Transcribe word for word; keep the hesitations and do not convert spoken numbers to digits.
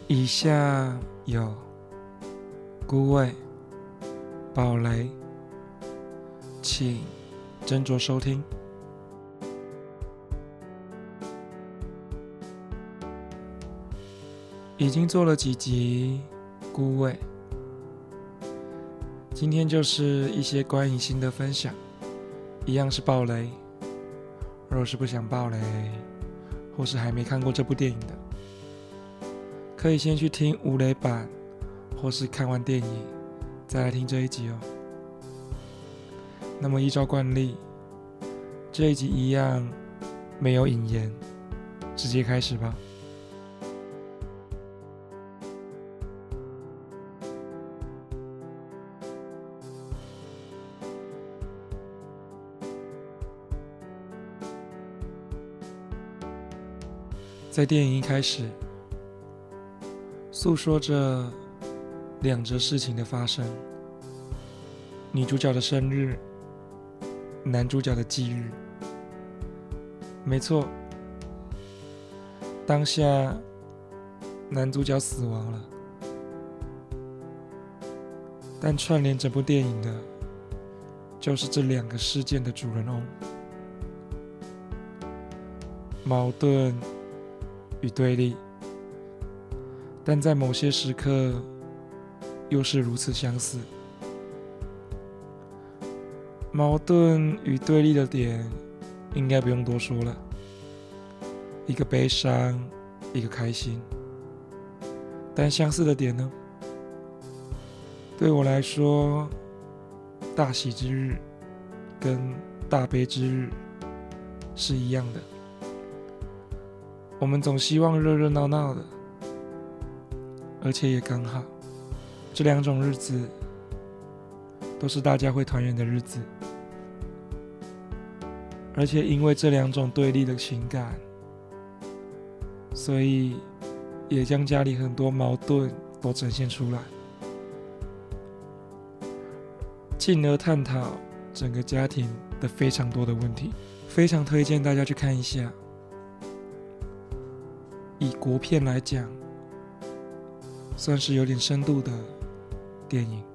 以下有孤味、暴雷，请斟酌收听。已经做了几集孤味，今天就是一些观影心得分享，一样是暴雷。若是不想暴雷，或是还没看过这部电影的，可以先去听无雷版，或是看完电影再来听这一集哦。那么依照惯例，这一集一样没有引言，直接开始吧。在电影一开始，诉说着两则事情的发生：女主角的生日，男主角的忌日。没错，当下男主角死亡了，但串联整部电影的就是这两个事件的主人翁，矛盾与对立，但在某些时刻又是如此相似。矛盾与对立的点应该不用多说了，一个悲伤，一个开心。但相似的点呢？对我来说，大喜之日跟大悲之日是一样的。我们总希望热热闹闹的，而且也刚好，这两种日子都是大家会团圆的日子。而且因为这两种对立的情感，所以也将家里很多矛盾都展现出来，进而探讨整个家庭的非常多的问题。非常推荐大家去看一下。以国片来讲，算是有点深度的电影。